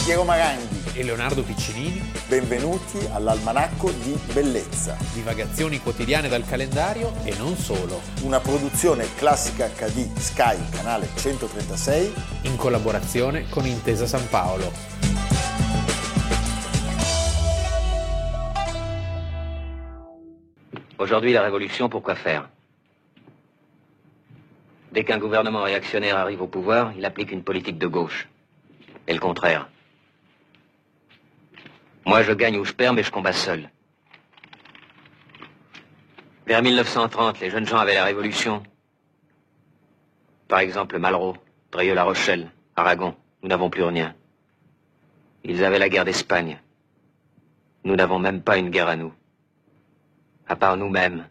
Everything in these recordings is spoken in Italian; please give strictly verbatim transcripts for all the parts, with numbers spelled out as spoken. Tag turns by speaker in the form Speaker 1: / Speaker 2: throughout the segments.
Speaker 1: Piero Maranghi
Speaker 2: e Leonardo Piccinini.
Speaker 1: Benvenuti all'Almanacco di Bellezza.
Speaker 2: Divagazioni quotidiane dal calendario e non solo.
Speaker 1: Una produzione Classica acca di Sky, canale centotrentasei.
Speaker 2: In collaborazione con Intesa San Paolo.
Speaker 3: Aujourd'hui, la révolution, pourquoi faire? Dès qu'un gouvernement réactionnaire arrive au pouvoir, il applique une politique de gauche. Et le contraire. Moi, je gagne ou je perds, mais je combats seul. Vers mille neuf cent trente, les jeunes gens avaient la révolution. Par exemple, Malraux, Dreyeux-La Rochelle, Aragon. Nous n'avons plus rien. Ils avaient la guerre d'Espagne. Nous n'avons même pas une guerre à nous. À part nous-mêmes.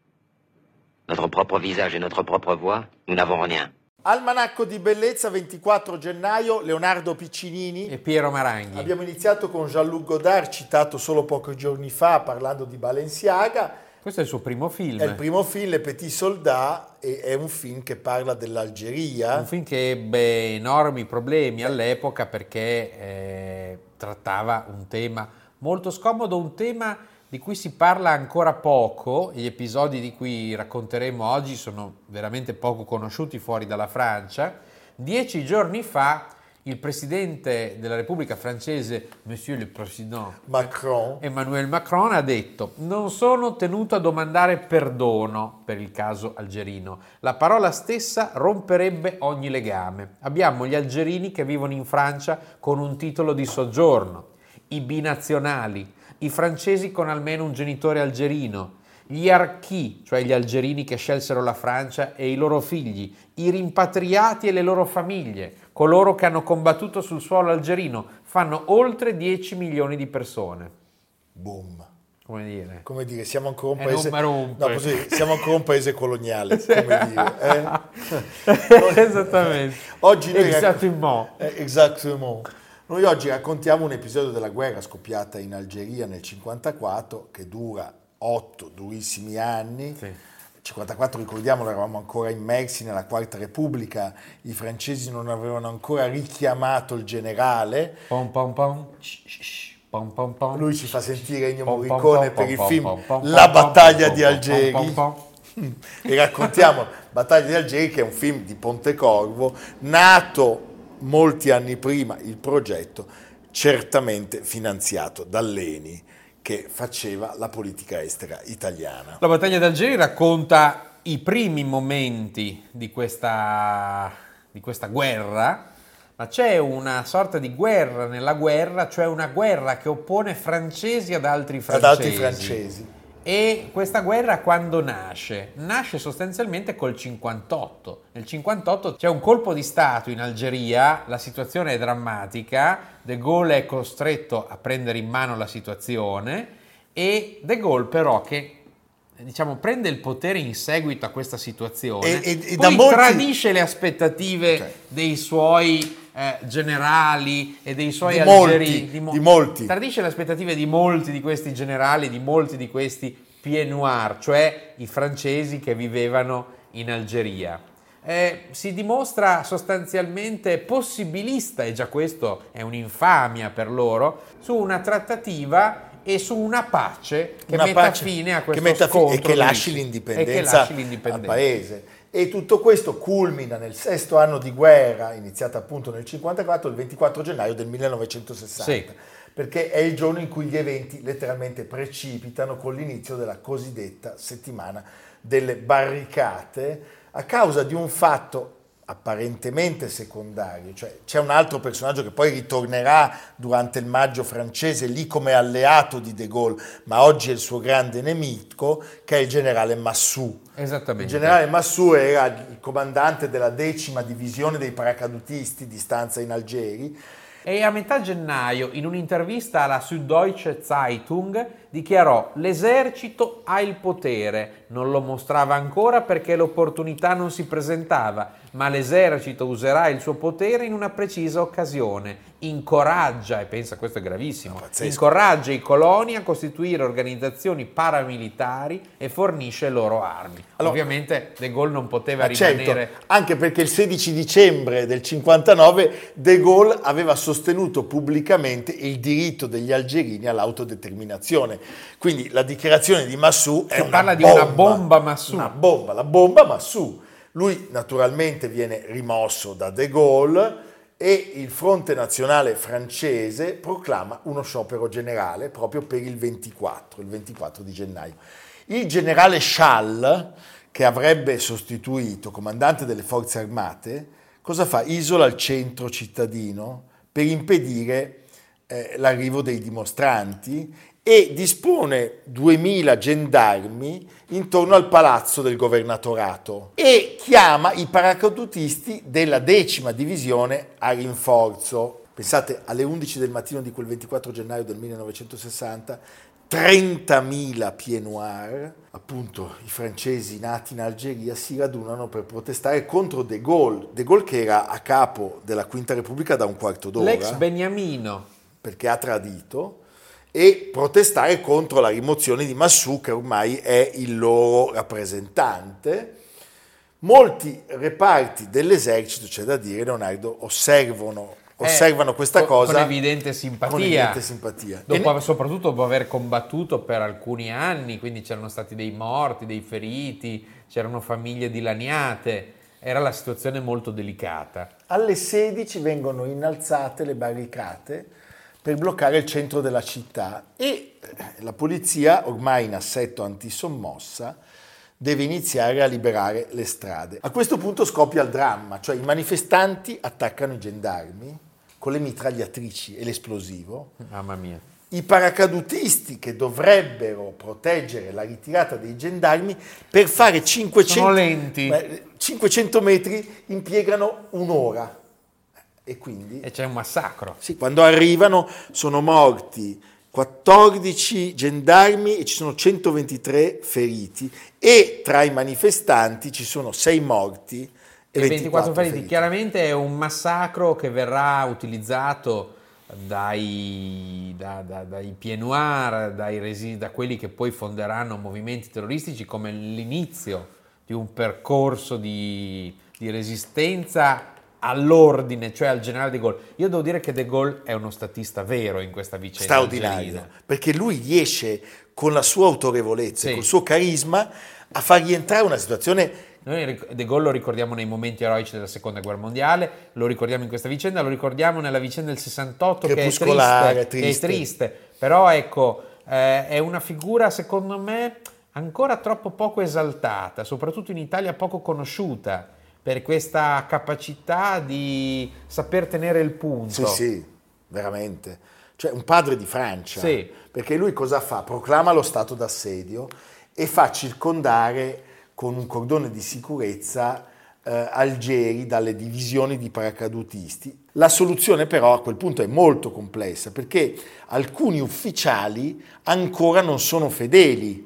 Speaker 3: Notre propre visage et notre propre voix, nous n'avons rien.
Speaker 1: Almanacco di Bellezza, ventiquattro gennaio, Leonardo Piccinini
Speaker 2: e Piero Maranghi.
Speaker 1: Abbiamo iniziato con Jean-Luc Godard, citato solo pochi giorni fa, parlando di Balenciaga.
Speaker 2: Questo è il suo primo film.
Speaker 1: È il primo film, Le Petit Soldats, e è un film che parla dell'Algeria.
Speaker 2: Un film che ebbe enormi problemi all'epoca perché eh, trattava un tema molto scomodo, un tema di cui si parla ancora poco. Gli episodi di cui racconteremo oggi sono veramente poco conosciuti fuori dalla Francia. Dieci giorni fa il presidente della Repubblica francese, Monsieur le Président
Speaker 1: Macron,
Speaker 2: Emmanuel Macron, ha detto: non sono tenuto a domandare perdono per il caso algerino. La parola stessa romperebbe ogni legame. Abbiamo gli algerini che vivono in Francia con un titolo di soggiorno, i binazionali, i francesi con almeno un genitore algerino, gli archi, cioè gli algerini che scelsero la Francia e i loro figli, i rimpatriati e le loro famiglie, coloro che hanno combattuto sul suolo algerino, fanno oltre dieci milioni di persone.
Speaker 1: Boom.
Speaker 2: Come dire?
Speaker 1: Come dire, siamo ancora un
Speaker 2: e
Speaker 1: paese
Speaker 2: no,
Speaker 1: così, siamo ancora un paese coloniale, come dire, eh?
Speaker 2: Esattamente.
Speaker 1: Oggi noi
Speaker 2: Exactement.
Speaker 1: Eh, exactement. Noi oggi raccontiamo un episodio della guerra scoppiata in Algeria nel cinquantaquattro, che dura otto durissimi anni.
Speaker 2: Sì.
Speaker 1: cinquantaquattro, ricordiamolo, eravamo ancora immersi nella Quarta Repubblica, i francesi non avevano ancora richiamato il generale.
Speaker 2: Pom pom pom. Pom pom pom.
Speaker 1: Lui ci fa sentire Ennio
Speaker 2: Pom, pom,
Speaker 1: Morricone
Speaker 2: pom,
Speaker 1: per
Speaker 2: pom,
Speaker 1: il
Speaker 2: pom,
Speaker 1: film
Speaker 2: pom, pom,
Speaker 1: La
Speaker 2: pom,
Speaker 1: battaglia
Speaker 2: pom,
Speaker 1: di
Speaker 2: pom,
Speaker 1: Algeri.
Speaker 2: pom, pom, pom.
Speaker 1: E raccontiamo Battaglia di Algeri, che è un film di Pontecorvo, nato molti anni prima, il progetto certamente finanziato dall'Eni, che faceva la politica estera italiana.
Speaker 2: La battaglia d'Algeri racconta i primi momenti di questa, di questa guerra, ma c'è una sorta di guerra nella guerra, cioè una guerra che oppone francesi ad altri francesi.
Speaker 1: Ad altri francesi.
Speaker 2: E questa guerra quando nasce? Nasce sostanzialmente col cinquantotto. Nel cinquantotto c'è un colpo di Stato in Algeria, la situazione è drammatica, De Gaulle è costretto a prendere in mano la situazione e De Gaulle però che diciamo prende il potere in seguito a questa situazione
Speaker 1: e, e, e
Speaker 2: poi
Speaker 1: molti...
Speaker 2: tradisce le aspettative okay. dei suoi Eh, generali e dei suoi
Speaker 1: di
Speaker 2: algeri
Speaker 1: molti,
Speaker 2: di, mo-
Speaker 1: di molti
Speaker 2: tradisce le aspettative di molti di questi generali, di molti di questi pieds noirs, cioè i francesi che vivevano in Algeria. Eh, si dimostra sostanzialmente possibilista, e già questo è un'infamia per loro, su una trattativa e su una pace che
Speaker 1: una
Speaker 2: metta
Speaker 1: pace
Speaker 2: fine a questo
Speaker 1: che metta
Speaker 2: scontro
Speaker 1: fi- e che lasci
Speaker 2: e che
Speaker 1: l'indipendenza,
Speaker 2: lasci l'indipendenza
Speaker 1: al paese. E tutto questo culmina nel sesto anno di guerra, iniziata appunto nel cinquantaquattro, il ventiquattro gennaio del millenovecentosessanta,
Speaker 2: sì.
Speaker 1: perché è il giorno in cui gli eventi letteralmente precipitano con l'inizio della cosiddetta settimana delle barricate, a causa di un fatto apparentemente secondario, cioè c'è un altro personaggio che poi ritornerà durante il maggio francese lì come alleato di De Gaulle, ma oggi è il suo grande nemico, che è il generale Massou.
Speaker 2: Esattamente.
Speaker 1: Il generale Massou era il comandante della decima divisione dei paracadutisti di stanza in Algeri.
Speaker 2: E a metà gennaio, in un'intervista alla Süddeutsche Zeitung, dichiarò: l'esercito ha il potere, non lo mostrava ancora perché l'opportunità non si presentava, ma l'esercito userà il suo potere in una precisa occasione. Incoraggia, e pensa questo è gravissimo,
Speaker 1: No,
Speaker 2: incoraggia i coloni a costituire organizzazioni paramilitari e fornisce loro armi.
Speaker 1: Allora,
Speaker 2: ovviamente De Gaulle non poteva
Speaker 1: Ma
Speaker 2: rimanere...
Speaker 1: certo, anche perché il sedici dicembre del cinquantanove De Gaulle aveva sostenuto pubblicamente il diritto degli algerini all'autodeterminazione. Quindi la dichiarazione di Massou è
Speaker 2: Si
Speaker 1: una
Speaker 2: parla di
Speaker 1: bomba,
Speaker 2: una bomba Massou.
Speaker 1: Una bomba, la bomba Massou. Lui naturalmente viene rimosso da De Gaulle e il Fronte Nazionale francese proclama uno sciopero generale proprio per il ventiquattro, il ventiquattro di gennaio. Il generale Schall, che avrebbe sostituito comandante delle forze armate, cosa fa? Isola il centro cittadino per impedire eh, l'arrivo dei dimostranti e dispone duemila gendarmi intorno al palazzo del governatorato e chiama i paracadutisti della decima divisione a rinforzo. Pensate, alle undici del mattino di quel ventiquattro gennaio del millenovecentosessanta, trentamila pieds noirs, appunto i francesi nati in Algeria, si radunano per protestare contro De Gaulle. De Gaulle che era a capo della Quinta Repubblica da un quarto d'ora.
Speaker 2: L'ex Beniamino.
Speaker 1: Perché ha tradito, e protestare contro la rimozione di Massou, che ormai è il loro rappresentante. Molti reparti dell'esercito, c'è da dire, Leonardo, osservano, osservano
Speaker 2: eh,
Speaker 1: questa
Speaker 2: con,
Speaker 1: cosa
Speaker 2: con evidente simpatia,
Speaker 1: con evidente simpatia.
Speaker 2: Dopo,
Speaker 1: ne...
Speaker 2: soprattutto dopo aver combattuto per alcuni anni, quindi c'erano stati dei morti, dei feriti, c'erano famiglie dilaniate, era la situazione molto delicata.
Speaker 1: Alle sedici vengono innalzate le barricate per bloccare il centro della città e la polizia, ormai in assetto antisommossa, deve iniziare a liberare le strade. A questo punto scoppia il dramma, cioè i manifestanti attaccano i gendarmi con le mitragliatrici e l'esplosivo.
Speaker 2: Mamma mia.
Speaker 1: I paracadutisti che dovrebbero proteggere la ritirata dei gendarmi per fare cinquecento,
Speaker 2: sono lenti.
Speaker 1: cinquecento metri impiegano un'ora. E quindi
Speaker 2: e c'è un massacro.
Speaker 1: Sì, quando arrivano sono morti quattordici gendarmi e ci sono centoventitré feriti e tra i manifestanti ci sono sei morti e, e ventiquattro feriti. feriti.
Speaker 2: Chiaramente è un massacro che verrà utilizzato dai, da, da, dai pieds noirs, dai resi, da quelli che poi fonderanno movimenti terroristici come l'inizio di un percorso di, di resistenza all'ordine, cioè al generale De Gaulle. Io devo dire che De Gaulle è uno statista vero in questa vicenda
Speaker 1: straordinario,
Speaker 2: algerina.
Speaker 1: Perché lui riesce con la sua autorevolezza,
Speaker 2: sì.
Speaker 1: col suo carisma a far rientrare una situazione.
Speaker 2: Noi De Gaulle lo ricordiamo nei momenti eroici della seconda guerra mondiale, lo ricordiamo in questa vicenda, lo ricordiamo nella vicenda del sessantotto che è triste,
Speaker 1: triste.
Speaker 2: Che è triste, però ecco eh, è una figura secondo me ancora troppo poco esaltata, soprattutto in Italia poco conosciuta per questa capacità di saper tenere il punto.
Speaker 1: Sì, sì, veramente. Cioè un padre di Francia,
Speaker 2: sì.
Speaker 1: Perché lui cosa fa? Proclama lo stato d'assedio e fa circondare con un cordone di sicurezza eh, Algeri dalle divisioni di paracadutisti. La soluzione però a quel punto è molto complessa perché alcuni ufficiali ancora non sono fedeli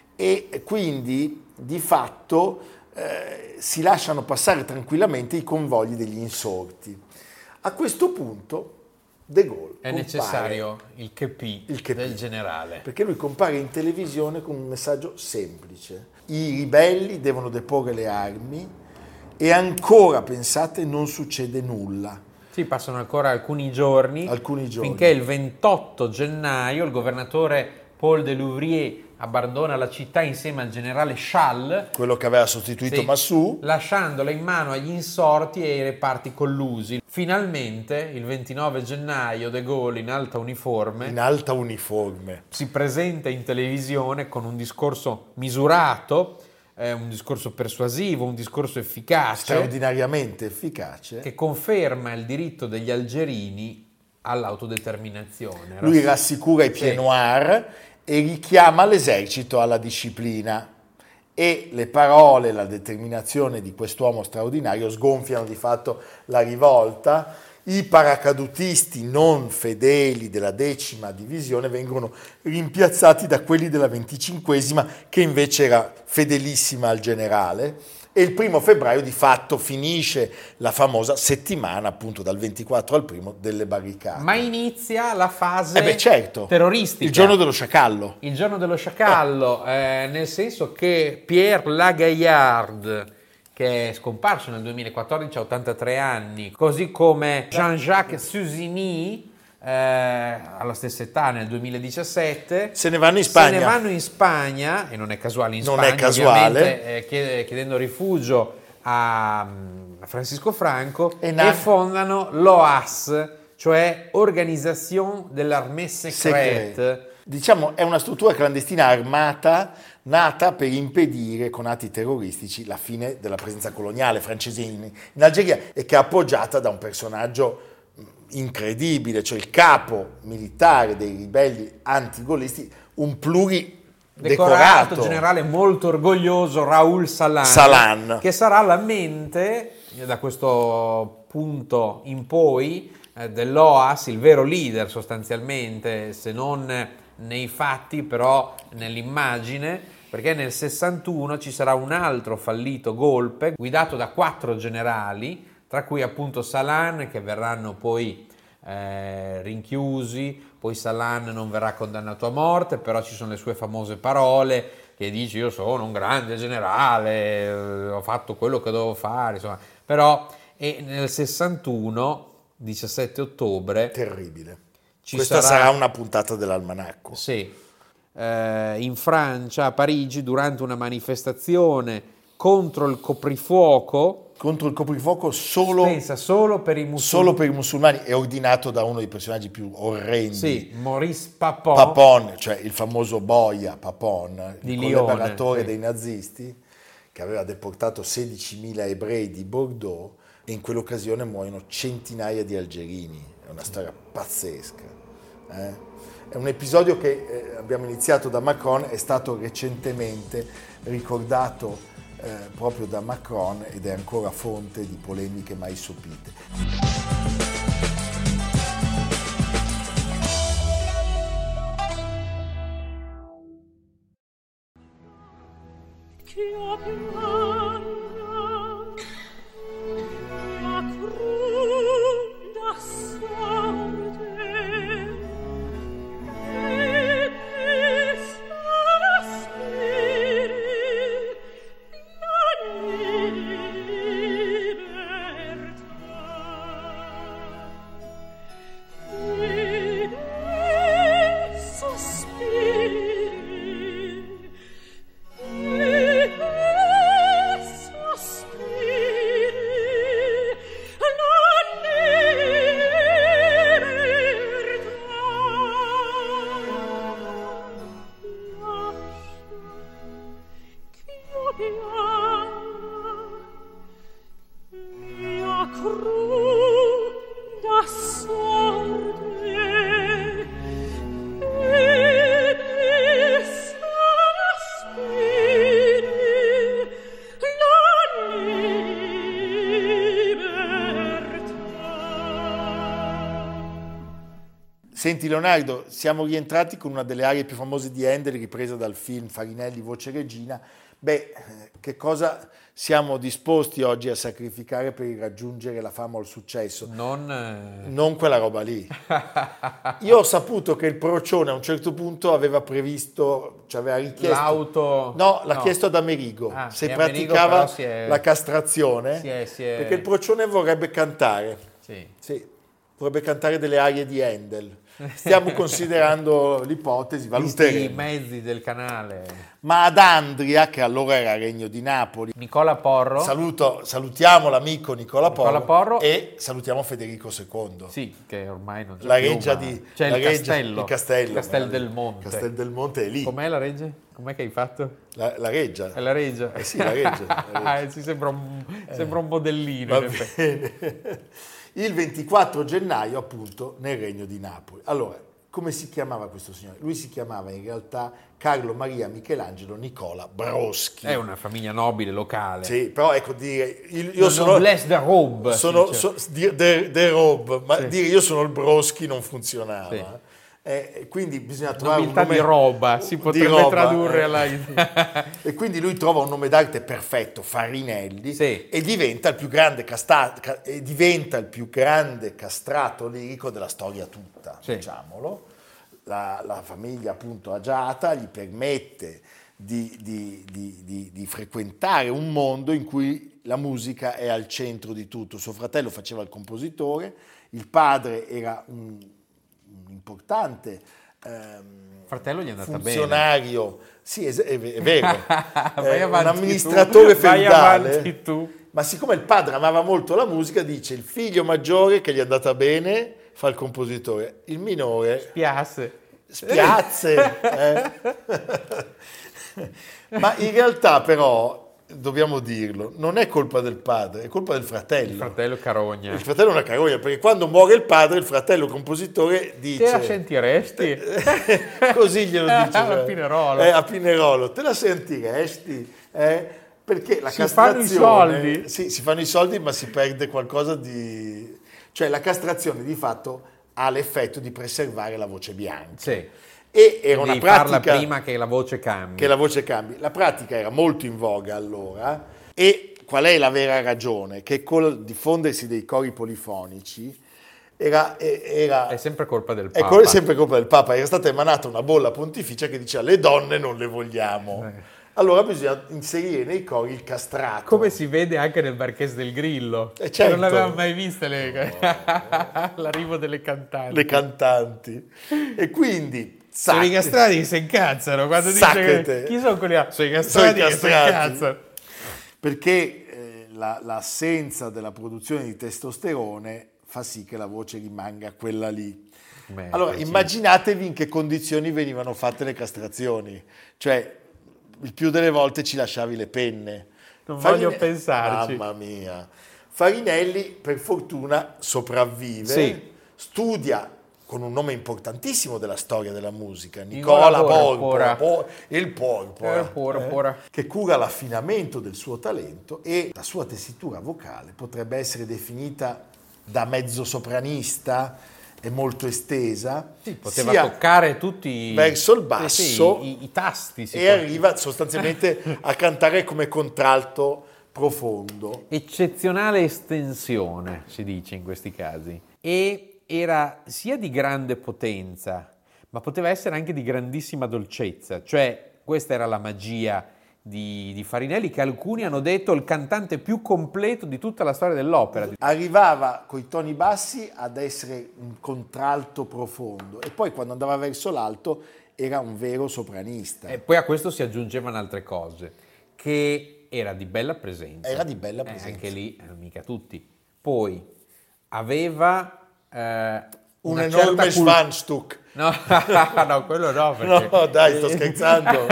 Speaker 1: e quindi di fatto Eh, si lasciano passare tranquillamente i convogli degli insorti. A questo punto De Gaulle
Speaker 2: è
Speaker 1: compare,
Speaker 2: necessario il Chepi del generale,
Speaker 1: perché lui compare in televisione con un messaggio semplice: i ribelli devono deporre le armi e ancora, pensate, non succede nulla.
Speaker 2: Sì, passano ancora alcuni giorni,
Speaker 1: alcuni giorni
Speaker 2: finché il ventotto gennaio il governatore Paul Delouvrier abbandona la città insieme al generale Schall,
Speaker 1: quello che aveva sostituito
Speaker 2: sì,
Speaker 1: Massou,
Speaker 2: lasciandola in mano agli insorti e ai reparti collusi. Finalmente, il ventinove gennaio, De Gaulle in alta uniforme,
Speaker 1: in alta uniforme
Speaker 2: si presenta in televisione con un discorso misurato, eh, un discorso persuasivo, un discorso efficace,
Speaker 1: straordinariamente efficace,
Speaker 2: che conferma il diritto degli algerini all'autodeterminazione.
Speaker 1: Lui rassicura i pieds noirs e richiama l'esercito alla disciplina e le parole, la determinazione di quest'uomo straordinario sgonfiano di fatto la rivolta I paracadutisti non fedeli della decima divisione vengono rimpiazzati da quelli della venticinquesima, che invece era fedelissima al generale, e il primo febbraio di fatto finisce la famosa settimana, appunto dal ventiquattro al primo, delle barricate.
Speaker 2: Ma inizia la fase
Speaker 1: eh beh, certo.
Speaker 2: terroristica.
Speaker 1: Il giorno dello sciacallo.
Speaker 2: Il giorno dello sciacallo, eh, nel senso che Pierre Lagaillard, che è scomparso nel duemilaquattordici a ottantatré anni, così come Jean-Jacques Susini, eh, alla stessa età nel duemiladiciassette,
Speaker 1: se ne vanno in Spagna.
Speaker 2: Se ne vanno in Spagna, e non è casuale in
Speaker 1: non
Speaker 2: Spagna,
Speaker 1: è casuale.
Speaker 2: eh, chied- chiedendo rifugio a, a Francisco Franco,
Speaker 1: e, na-
Speaker 2: e fondano l'O A S, cioè Organisation de l'Armée Secrète.
Speaker 1: Secret. Diciamo, è una struttura clandestina armata nata per impedire con atti terroristici la fine della presenza coloniale francese in, in Algeria, e che è appoggiata da un personaggio incredibile, cioè il capo militare dei ribelli antigolisti, un pluridecorato
Speaker 2: decorato generale molto orgoglioso, Raoul Salan,
Speaker 1: Salan,
Speaker 2: che sarà la mente da questo punto in poi eh, dell'O A S, il vero leader sostanzialmente, se non nei fatti però nell'immagine, perché nel sessantuno ci sarà un altro fallito golpe guidato da quattro generali, tra cui appunto Salan, che verranno poi eh, rinchiusi. Poi Salan non verrà condannato a morte, però ci sono le sue famose parole che dice: io sono un grande generale, eh, ho fatto quello che dovevo fare, insomma. Però e nel sessantuno, diciassette ottobre,
Speaker 1: terribile.
Speaker 2: Ci
Speaker 1: Questa
Speaker 2: sarà,
Speaker 1: sarà una puntata dell'almanacco.
Speaker 2: Sì, eh, in Francia, a Parigi, durante una manifestazione contro il coprifuoco.
Speaker 1: Contro il coprifuoco solo,
Speaker 2: pensa, solo per i musulmani.
Speaker 1: Solo per i musulmani, è ordinato da uno dei personaggi più orrendi.
Speaker 2: Sì, Maurice Papon.
Speaker 1: Papon, cioè il famoso boia Papon,
Speaker 2: di
Speaker 1: il
Speaker 2: Lione,
Speaker 1: collaboratore
Speaker 2: sì.
Speaker 1: dei nazisti, che aveva deportato sedicimila ebrei di Bordeaux, e in quell'occasione muoiono centinaia di algerini. È una storia pazzesca. Eh? È un episodio che eh, abbiamo iniziato da Macron, è stato recentemente ricordato eh, proprio da Macron, ed è ancora fonte di polemiche mai sopite. Senti Leonardo, siamo rientrati con una delle arie più famose di Handel, ripresa dal film Farinelli, Voce Regina. Beh, che cosa siamo disposti oggi a sacrificare per raggiungere la fama o il successo?
Speaker 2: Non, eh...
Speaker 1: non quella roba lì. Io ho saputo che il Procione a un certo punto aveva previsto, cioè aveva richiesto...
Speaker 2: L'auto...
Speaker 1: No, l'ha
Speaker 2: no.
Speaker 1: chiesto ad Amerigo,
Speaker 2: ah,
Speaker 1: se
Speaker 2: Amerigo
Speaker 1: praticava
Speaker 2: si è...
Speaker 1: la castrazione,
Speaker 2: si è, si è...
Speaker 1: perché il Procione vorrebbe cantare.
Speaker 2: Sì.
Speaker 1: Sì, vorrebbe cantare delle arie di Handel. Stiamo considerando l'ipotesi, valuteremo.
Speaker 2: Visti i mezzi del canale.
Speaker 1: Ma ad Andria, che allora era regno di Napoli,
Speaker 2: Nicola Porro.
Speaker 1: Saluto, salutiamo l'amico Nicola,
Speaker 2: Nicola
Speaker 1: Porro,
Speaker 2: Porro
Speaker 1: e salutiamo Federico secondo.
Speaker 2: Sì, che ormai non c'è
Speaker 1: la
Speaker 2: più,
Speaker 1: reggia
Speaker 2: ma...
Speaker 1: di
Speaker 2: c'è
Speaker 1: la
Speaker 2: il
Speaker 1: reggia,
Speaker 2: castello.
Speaker 1: Il castello.
Speaker 2: Castel del Monte.
Speaker 1: Castel del Monte è lì.
Speaker 2: Com'è la reggia? Com'è che hai fatto?
Speaker 1: La, la reggia.
Speaker 2: È la reggia.
Speaker 1: Eh sì, la reggia. La reggia.
Speaker 2: Sì, sembra un, sembra un modellino.
Speaker 1: Va bene. Il ventiquattro gennaio, appunto, nel regno di Napoli. Allora, come si chiamava questo signore? Lui si chiamava in realtà Carlo Maria Michelangelo Nicola Broschi.
Speaker 2: È una famiglia nobile locale.
Speaker 1: Sì, però ecco, dire io, io
Speaker 2: La
Speaker 1: sono
Speaker 2: noblesse de robe.
Speaker 1: sono so, dire de, de robe, ma
Speaker 2: Sì.
Speaker 1: dire io sono il Broschi non funzionava.
Speaker 2: Sì.
Speaker 1: Eh, quindi bisogna trovare
Speaker 2: Nobiltà
Speaker 1: un nome
Speaker 2: di roba, si
Speaker 1: di
Speaker 2: potrebbe
Speaker 1: roba,
Speaker 2: tradurre
Speaker 1: eh.
Speaker 2: alla...
Speaker 1: E quindi lui trova un nome d'arte perfetto, Farinelli,
Speaker 2: Sì.
Speaker 1: e diventa il più grande casta- ca- e diventa il più grande castrato lirico della storia tutta,
Speaker 2: Sì.
Speaker 1: diciamolo. La, la famiglia appunto agiata gli permette di, di- di- di- di frequentare un mondo in cui la musica è al centro di tutto. Suo fratello faceva il compositore, il padre era un, un importante ehm,
Speaker 2: Fratello gli è andata
Speaker 1: funzionario, bene. Sì, è, è, è vero,
Speaker 2: Vai
Speaker 1: è un
Speaker 2: avanti
Speaker 1: amministratore
Speaker 2: tu, vai
Speaker 1: feudale.
Speaker 2: avanti tu.
Speaker 1: Ma siccome il padre amava molto la musica, dice il figlio maggiore che gli è andata bene fa il compositore, il minore
Speaker 2: Piace.
Speaker 1: spiazze. eh. Ma in realtà però, dobbiamo dirlo, non è colpa del padre, è colpa del fratello.
Speaker 2: Il fratello carogna.
Speaker 1: Il fratello è una carogna, perché quando muore il padre, il fratello compositore dice...
Speaker 2: Te la sentiresti?
Speaker 1: Così glielo dice.
Speaker 2: A Pinerolo.
Speaker 1: Eh, a Pinerolo, te la sentiresti? Eh? Perché la
Speaker 2: Si
Speaker 1: castrazione...
Speaker 2: fanno i soldi.
Speaker 1: Sì, si fanno i soldi, ma si perde qualcosa di... Cioè la castrazione di fatto ha l'effetto di preservare la voce bianca.
Speaker 2: Sì.
Speaker 1: E era una
Speaker 2: Devi farla
Speaker 1: pratica...
Speaker 2: prima che la voce cambi.
Speaker 1: Che la voce cambi. La pratica era molto in voga allora, e qual è la vera ragione? Che col diffondersi dei cori polifonici era... era
Speaker 2: È sempre colpa del
Speaker 1: è
Speaker 2: Papa.
Speaker 1: col- sempre colpa del Papa, era stata emanata una bolla pontificia che diceva le donne non le vogliamo.
Speaker 2: Eh.
Speaker 1: Allora bisogna inserire nei cori il castrato.
Speaker 2: Come si vede anche nel Marchese del Grillo.
Speaker 1: Eh, certo.
Speaker 2: Non l'avevamo mai vista le... l'arrivo delle cantanti.
Speaker 1: Le cantanti. E quindi...
Speaker 2: Sono i castrati che si incazzano quando dice
Speaker 1: Sacchete.
Speaker 2: che... Chi sono quelli là? Sono i
Speaker 1: Sono
Speaker 2: castrati
Speaker 1: i
Speaker 2: che si
Speaker 1: castrati.
Speaker 2: incazzano.
Speaker 1: Perché eh, la- l'assenza della produzione di testosterone fa sì che la voce rimanga quella lì.
Speaker 2: Beh,
Speaker 1: Allora,
Speaker 2: preciso.
Speaker 1: immaginatevi in che condizioni venivano fatte le castrazioni. Cioè, il più delle volte ci lasciavi le penne.
Speaker 2: Non voglio pensarci.
Speaker 1: Mamma mia. Farinelli, per fortuna, sopravvive,
Speaker 2: Sì.
Speaker 1: studia con un nome importantissimo della storia della musica, Nicola
Speaker 2: Nicola
Speaker 1: Porpora,
Speaker 2: Porpora.
Speaker 1: Po- il Porpora,
Speaker 2: Eh, Porpora.
Speaker 1: che cura l'affinamento del suo talento, e la sua tessitura vocale potrebbe essere definita da mezzo sopranista, è molto estesa,
Speaker 2: Sì, poteva
Speaker 1: sia
Speaker 2: toccare tutti i-
Speaker 1: verso il
Speaker 2: sì,
Speaker 1: basso
Speaker 2: sì, i, i tasti. si
Speaker 1: e
Speaker 2: può-
Speaker 1: arriva sostanzialmente a cantare come contralto profondo.
Speaker 2: Eccezionale estensione, si dice in questi casi. E era sia di grande potenza, ma poteva essere anche di grandissima dolcezza. Cioè, questa era la magia di, di Farinelli, che alcuni hanno detto il cantante più completo di tutta la storia dell'opera.
Speaker 1: Arrivava coi toni bassi ad essere un contralto profondo, e poi quando andava verso l'alto era un vero sopranista.
Speaker 2: E poi a questo si aggiungevano altre cose, che era di bella presenza.
Speaker 1: Era di bella
Speaker 2: Eh,
Speaker 1: presenza.
Speaker 2: anche lì, eh, mica tutti. Poi aveva eh,
Speaker 1: un
Speaker 2: una
Speaker 1: enorme
Speaker 2: certa cul-
Speaker 1: Schwanzstück.
Speaker 2: No, no, quello no. Perché...
Speaker 1: No, dai, sto scherzando.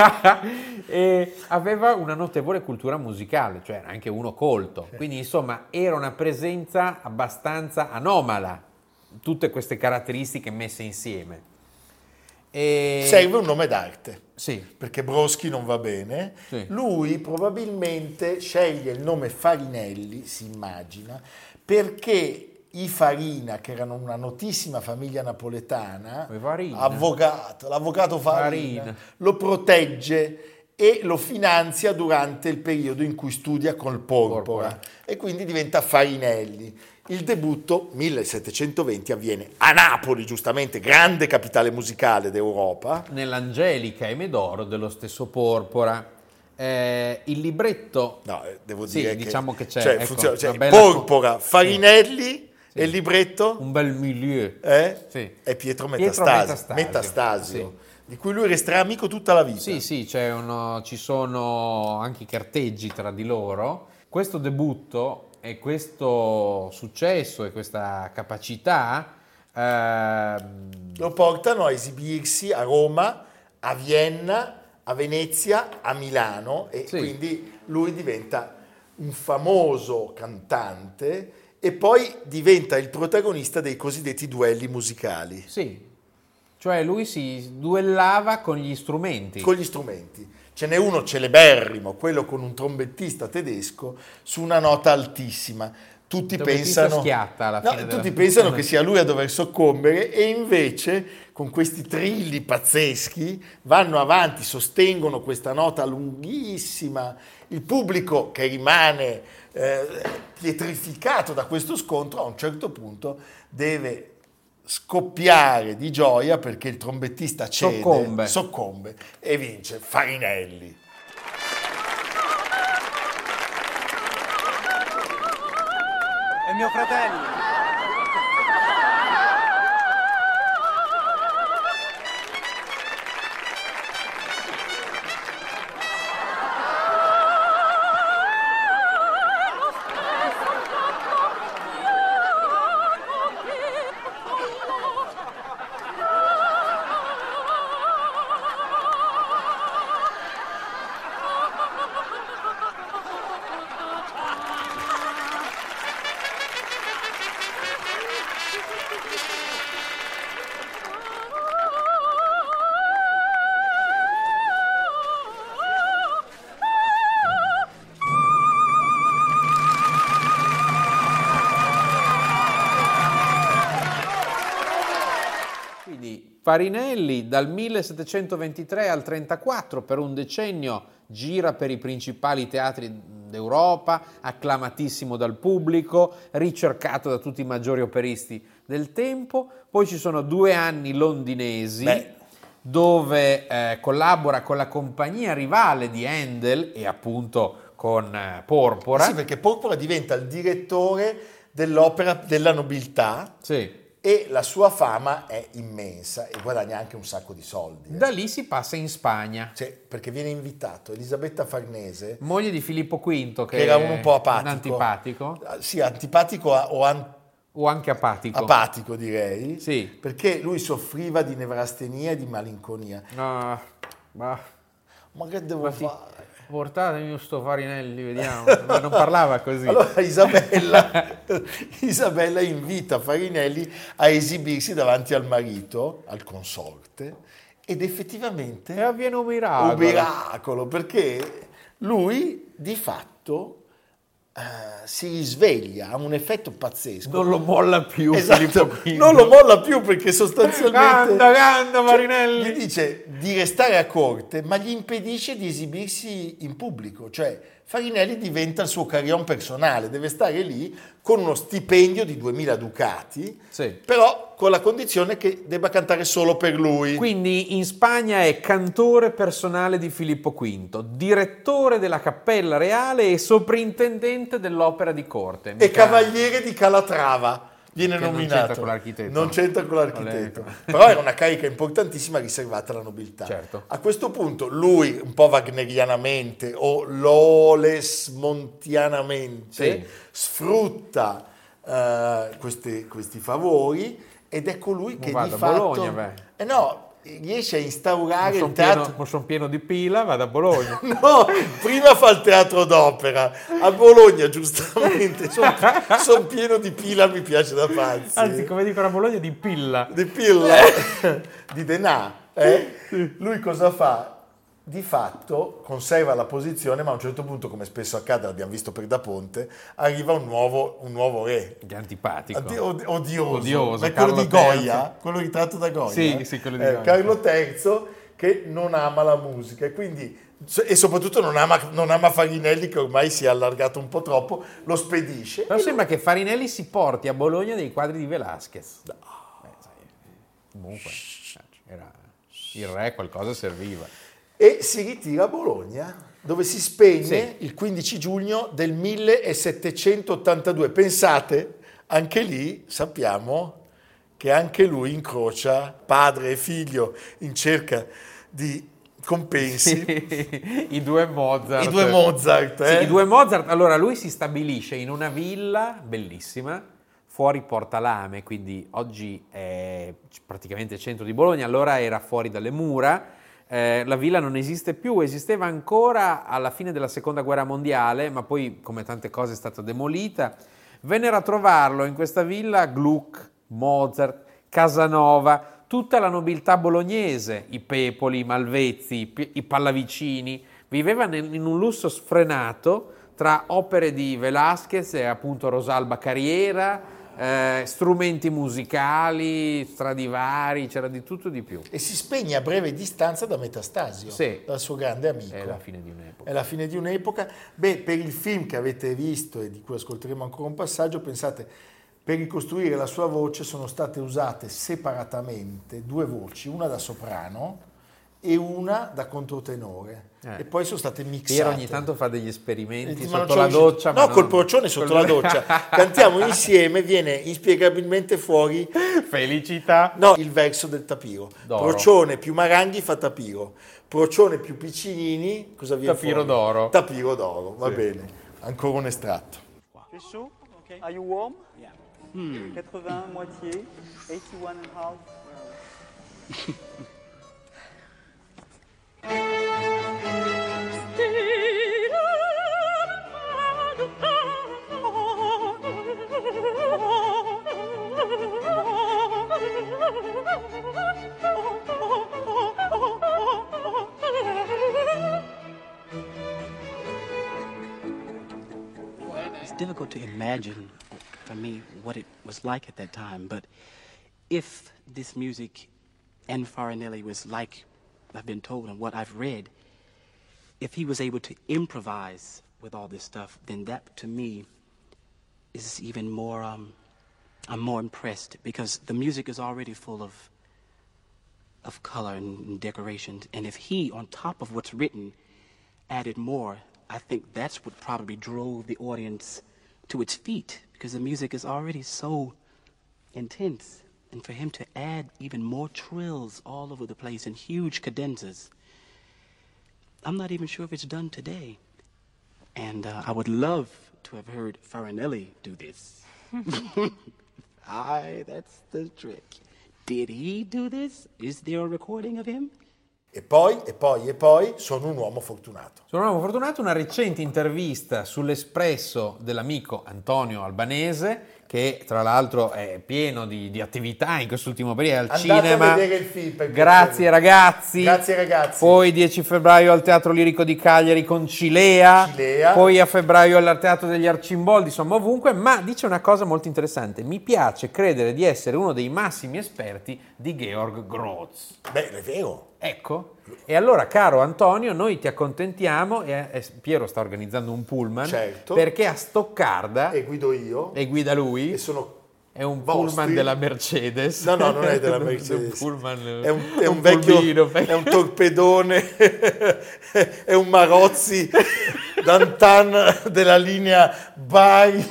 Speaker 2: E aveva una notevole cultura musicale, cioè era anche uno colto. Quindi, insomma, era una presenza abbastanza anomala, tutte queste caratteristiche messe insieme. E...
Speaker 1: Serve un nome d'arte.
Speaker 2: Sì.
Speaker 1: Perché Broschi non va bene.
Speaker 2: Sì.
Speaker 1: Lui probabilmente sceglie il nome Farinelli, si immagina, perché i Farina, che erano una notissima famiglia napoletana,
Speaker 2: I Farina.
Speaker 1: avvocato, l'avvocato Farina,
Speaker 2: Farina.
Speaker 1: lo protegge e lo finanzia durante il periodo in cui studia col Porpora,
Speaker 2: Porpora.
Speaker 1: e quindi diventa Farinelli. Il debutto millesettecentoventi avviene a Napoli, giustamente, grande capitale musicale d'Europa.
Speaker 2: Nell'Angelica e Medoro dello stesso Porpora. Eh, il libretto...
Speaker 1: No, eh, devo
Speaker 2: Sì,
Speaker 1: dire
Speaker 2: diciamo che c'è,
Speaker 1: cioè,
Speaker 2: ecco,
Speaker 1: funziona, cioè,
Speaker 2: una bella
Speaker 1: Porpora,
Speaker 2: co-
Speaker 1: Farinelli,
Speaker 2: Sì.
Speaker 1: e il libretto
Speaker 2: Un bel milieu.
Speaker 1: eh?
Speaker 2: Sì.
Speaker 1: è Pietro
Speaker 2: Pietro
Speaker 1: Metastasio,
Speaker 2: Metastasio.
Speaker 1: Metastasio,
Speaker 2: Sì.
Speaker 1: di cui lui resterà amico tutta la vita.
Speaker 2: Sì, sì, c'è uno, ci sono anche i carteggi tra di loro. Questo debutto e questo successo e questa capacità ehm,
Speaker 1: Lo portano a esibirsi a Roma, a Vienna, a Venezia, a Milano, e
Speaker 2: Sì.
Speaker 1: quindi lui diventa un famoso cantante e poi diventa il protagonista dei cosiddetti duelli musicali.
Speaker 2: sì, Cioè lui si duellava con gli strumenti.
Speaker 1: Con gli strumenti. Ce n'è uno celeberrimo, quello con un trombettista tedesco, su una nota altissima. Tutti pensano,
Speaker 2: schiatta alla
Speaker 1: no,
Speaker 2: fine
Speaker 1: tutti
Speaker 2: della...
Speaker 1: pensano che sia lui a dover soccombere e invece con questi trilli pazzeschi vanno avanti, sostengono questa nota lunghissima. Il pubblico che rimane eh, pietrificato da questo scontro a un certo punto deve scoppiare di gioia perché il trombettista cede,
Speaker 2: soccombe,
Speaker 1: soccombe e vince Farinelli.
Speaker 4: È mio fratello.
Speaker 2: Farinelli dal millesettecentoventitré al trentaquattro per un decennio gira per i principali teatri d'Europa, acclamatissimo dal pubblico, ricercato da tutti i maggiori operisti del tempo. Poi ci sono due anni londinesi Beh. dove eh, collabora con la compagnia rivale di Handel e appunto con eh, Porpora.
Speaker 1: Sì, perché Porpora diventa il direttore dell'opera della nobiltà.
Speaker 2: Sì.
Speaker 1: E la sua fama è immensa e guadagna anche un sacco di soldi. Eh.
Speaker 2: Da lì si passa in Spagna.
Speaker 1: Sì, perché viene invitato Elisabetta Farnese,
Speaker 2: moglie di Filippo quinto, che,
Speaker 1: che era uno un po' apatico.
Speaker 2: Un antipatico.
Speaker 1: Sì, antipatico o, an...
Speaker 2: o anche apatico.
Speaker 1: Apatico direi.
Speaker 2: Sì.
Speaker 1: Perché lui soffriva di nevrastenia e di malinconia.
Speaker 2: No, ma...
Speaker 1: ma che devo
Speaker 2: ma
Speaker 1: fare?
Speaker 2: Ti... Portatemi sto Farinelli, vediamo. Ma non parlava così.
Speaker 1: Allora Isabella, Isabella invita Farinelli a esibirsi davanti al marito, al consorte, ed effettivamente...
Speaker 2: E avviene un miracolo.
Speaker 1: Un miracolo, perché lui di fatto uh, si risveglia, ha un effetto pazzesco.
Speaker 2: Non lo molla più.
Speaker 1: Esatto, non lo molla più perché sostanzialmente...
Speaker 2: Canta, canta Farinelli!
Speaker 1: Cioè, gli dice di restare a corte, ma gli impedisce di esibirsi in pubblico, cioè Farinelli diventa il suo carillon personale, deve stare lì con uno stipendio di duemila ducati,
Speaker 2: sì.
Speaker 1: però con la condizione che debba cantare solo per lui.
Speaker 2: Quindi in Spagna è cantore personale di Filippo quinto, direttore della Cappella Reale e soprintendente dell'opera di corte.
Speaker 1: Mica... E cavaliere di Calatrava. Viene
Speaker 2: che
Speaker 1: nominato.
Speaker 2: Non c'entra con l'architetto.
Speaker 1: Non c'entra con l'architetto. Però era una carica importantissima riservata alla nobiltà.
Speaker 2: Certo.
Speaker 1: A questo punto lui, un po' wagnerianamente o lolesmontianamente, sì. sfrutta uh, questi, questi favori ed è colui che
Speaker 2: vado
Speaker 1: di
Speaker 2: a
Speaker 1: fatto...
Speaker 2: Bologna, beh.
Speaker 1: Eh no, riesce a instaurare il
Speaker 2: teatro...
Speaker 1: teatro...
Speaker 2: Ma sono pieno di pila, vado a Bologna.
Speaker 1: No, prima fa il teatro d'opera. A Bologna, giustamente, sono son pieno di pila, mi piace da pazzi.
Speaker 2: Anzi, come dicono a Bologna, di pilla.
Speaker 1: Di pilla, di denà. Eh? Lui cosa fa? Di fatto conserva la posizione, ma a un certo punto, come spesso accade, l'abbiamo visto per Da Ponte, arriva un nuovo, un nuovo re.
Speaker 2: Che antipatico.
Speaker 1: Adi- od- odioso.
Speaker 2: Odioso.
Speaker 1: Ma è quello
Speaker 2: Carlo
Speaker 1: di Goya,
Speaker 2: terzo.
Speaker 1: quello ritratto da Goya.
Speaker 2: Sì, sì, quello di
Speaker 1: eh,
Speaker 2: Goya.
Speaker 1: Carlo terzo, che non ama la musica e quindi... e soprattutto non ama, non ama Farinelli, che ormai si è allargato un po' troppo, lo spedisce.
Speaker 2: Però sembra lui... che Farinelli si porti a Bologna dei quadri di Velázquez. No. Beh, sai, comunque, era il re, qualcosa serviva.
Speaker 1: E si ritira a Bologna, dove si spegne
Speaker 2: sì.
Speaker 1: il quindici giugno del millesettecentottantadue. Pensate, anche lì sappiamo che anche lui incrocia padre e figlio in cerca di compensi.
Speaker 2: I due Mozart.
Speaker 1: I due Mozart, eh?
Speaker 2: Sì, i due Mozart. Allora, lui si stabilisce in una villa bellissima, fuori Porta Lame, quindi oggi è praticamente centro di Bologna, allora era fuori dalle mura. Eh, la villa non esiste più, esisteva ancora alla fine della seconda guerra mondiale, ma poi, come tante cose, è stata demolita. Vennero a trovarlo in questa villa Gluck, Mozart, Casanova, tutta la nobiltà bolognese, i Pepoli, i Malvezzi, i, P- i Pallavicini, viveva nel- in un lusso sfrenato tra opere di Velázquez e appunto Rosalba Carriera, eh, strumenti musicali, Stradivari, c'era di tutto e di più.
Speaker 1: E si spegne a breve distanza da Metastasio,
Speaker 2: Sì.
Speaker 1: dal suo grande amico.
Speaker 2: È la fine di un'epoca.
Speaker 1: È la fine di un'epoca. Beh, per il film che avete visto e di cui ascolteremo ancora un passaggio, pensate, per ricostruire la sua voce sono state usate separatamente due voci, una da soprano e una da controtenore.
Speaker 2: Eh.
Speaker 1: E poi sono state mixate.
Speaker 2: Piero ogni tanto fa degli esperimenti
Speaker 1: Ma non
Speaker 2: sotto
Speaker 1: c'ho
Speaker 2: la
Speaker 1: riuscito-
Speaker 2: doccia.
Speaker 1: No,
Speaker 2: ma
Speaker 1: col
Speaker 2: non-
Speaker 1: procione sotto
Speaker 2: col-
Speaker 1: la doccia. Cantiamo insieme, viene inspiegabilmente fuori
Speaker 2: Felicità.
Speaker 1: no, il verso del tapiro.
Speaker 2: D'oro.
Speaker 1: Procione più Maranghi fa tapiro. Procione più Piccinini, cosa viene
Speaker 2: Tapiro
Speaker 1: fuori?
Speaker 2: d'oro.
Speaker 1: Tapiro d'oro, va
Speaker 2: Sì.
Speaker 1: bene. Ancora un estratto.
Speaker 4: T'es chaud? Are you warm? Yeah. Hmm. eighty, moitié. eighty-one and a half.
Speaker 5: It's difficult to imagine for me what it was like at that time, but if this music and Farinelli was like I've been told and what I've read, if he was able to improvise with all this stuff, then that to me is even more, um, I'm more impressed because the music is already full of of color and, and decorations. And if he, on top of what's written, added more, I think that's what probably drove the audience to its feet because the music is already so intense. And for him to add even more trills all over the place and huge cadenzas, I'm not even sure if it's done today. And uh, I would love to have heard Farinelli do this. I, that's the trick. Did he do this? Is there a recording of him?
Speaker 1: E poi, e poi, e poi, sono un uomo fortunato.
Speaker 2: Sono un uomo fortunato, una recente intervista sull'Espresso dell'amico Antonio Albanese, che tra l'altro è pieno di, di attività in quest'ultimo periodo al
Speaker 1: Andate a
Speaker 2: cinema.
Speaker 1: vedere il film, per
Speaker 2: Grazie
Speaker 1: piacere.
Speaker 2: ragazzi.
Speaker 1: Grazie ragazzi.
Speaker 2: Poi dieci febbraio al Teatro Lirico di Cagliari con Cilea,
Speaker 1: Cilea.
Speaker 2: poi a febbraio al Teatro degli Arcimboldi, insomma ovunque, ma dice una cosa molto interessante: mi piace credere di essere uno dei massimi esperti di Georg Grosz.
Speaker 1: Beh, è vero.
Speaker 2: Ecco, e allora caro Antonio, noi ti accontentiamo e, e Piero sta organizzando un pullman,
Speaker 1: Certo.
Speaker 2: perché a Stoccarda,
Speaker 1: E guido io.
Speaker 2: e guida lui,
Speaker 1: E sono
Speaker 2: è un
Speaker 1: vostri.
Speaker 2: pullman della Mercedes.
Speaker 1: No, no, non è della
Speaker 2: un
Speaker 1: Mercedes.
Speaker 2: pullman,
Speaker 1: È un, è un vecchio,
Speaker 2: pulmino,
Speaker 1: è un torpedone, è un Marozzi Dantan della linea Bari,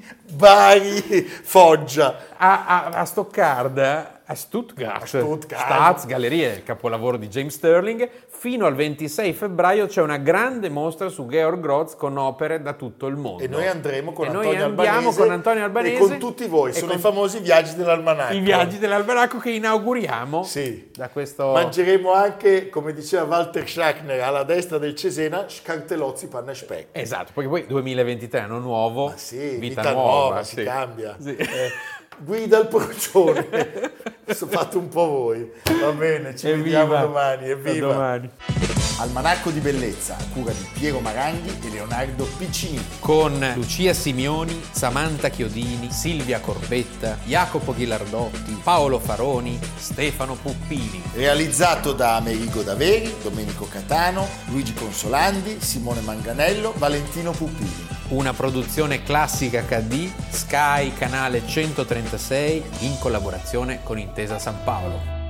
Speaker 1: Bari Foggia.
Speaker 2: A, a, a Stoccarda, a Stuttgart,
Speaker 1: A Stuttgart.
Speaker 2: Staatsgallerie, il capolavoro di James Sterling, fino al ventisei febbraio c'è una grande mostra su Georg Grosz con opere da tutto il mondo.
Speaker 1: E noi andremo con
Speaker 2: E
Speaker 1: Antonio
Speaker 2: noi andiamo
Speaker 1: Albanese
Speaker 2: con Antonio Albanese
Speaker 1: e con tutti voi.
Speaker 2: e
Speaker 1: Sono
Speaker 2: con
Speaker 1: i famosi viaggi dell'almanacco.
Speaker 2: i viaggi dell'almanacco che inauguriamo
Speaker 1: Sì.
Speaker 2: da questo...
Speaker 1: Mangeremo anche, come diceva Walter Schachner, alla destra del Cesena, scartellozzi, panna e speck.
Speaker 2: Esatto, perché poi duemilaventitré, anno nuovo,
Speaker 1: Ma sì,
Speaker 2: vita,
Speaker 1: vita,
Speaker 2: nuova,
Speaker 1: nuova, si
Speaker 2: sì.
Speaker 1: cambia.
Speaker 2: Sì.
Speaker 1: Eh, guida il procione. Adesso fate un po' voi. Va bene, ci vediamo
Speaker 2: Evviva!
Speaker 1: domani.
Speaker 2: A
Speaker 1: Evviva!
Speaker 2: domani.
Speaker 1: Almanacco di bellezza, a cura di Piero Maranghi e Leonardo Piccinini.
Speaker 2: Con Lucia Simioni, Samantha Chiodini, Silvia Corbetta, Jacopo Ghilardotti, Paolo Faroni, Stefano Puppini.
Speaker 1: Realizzato da Amerigo Daveri, Domenico Catano, Luigi Consolandi, Simone Manganello, Valentino Puppini.
Speaker 2: Una produzione classica acca di Sky, canale centotrentasei, in collaborazione con Intesa San Paolo.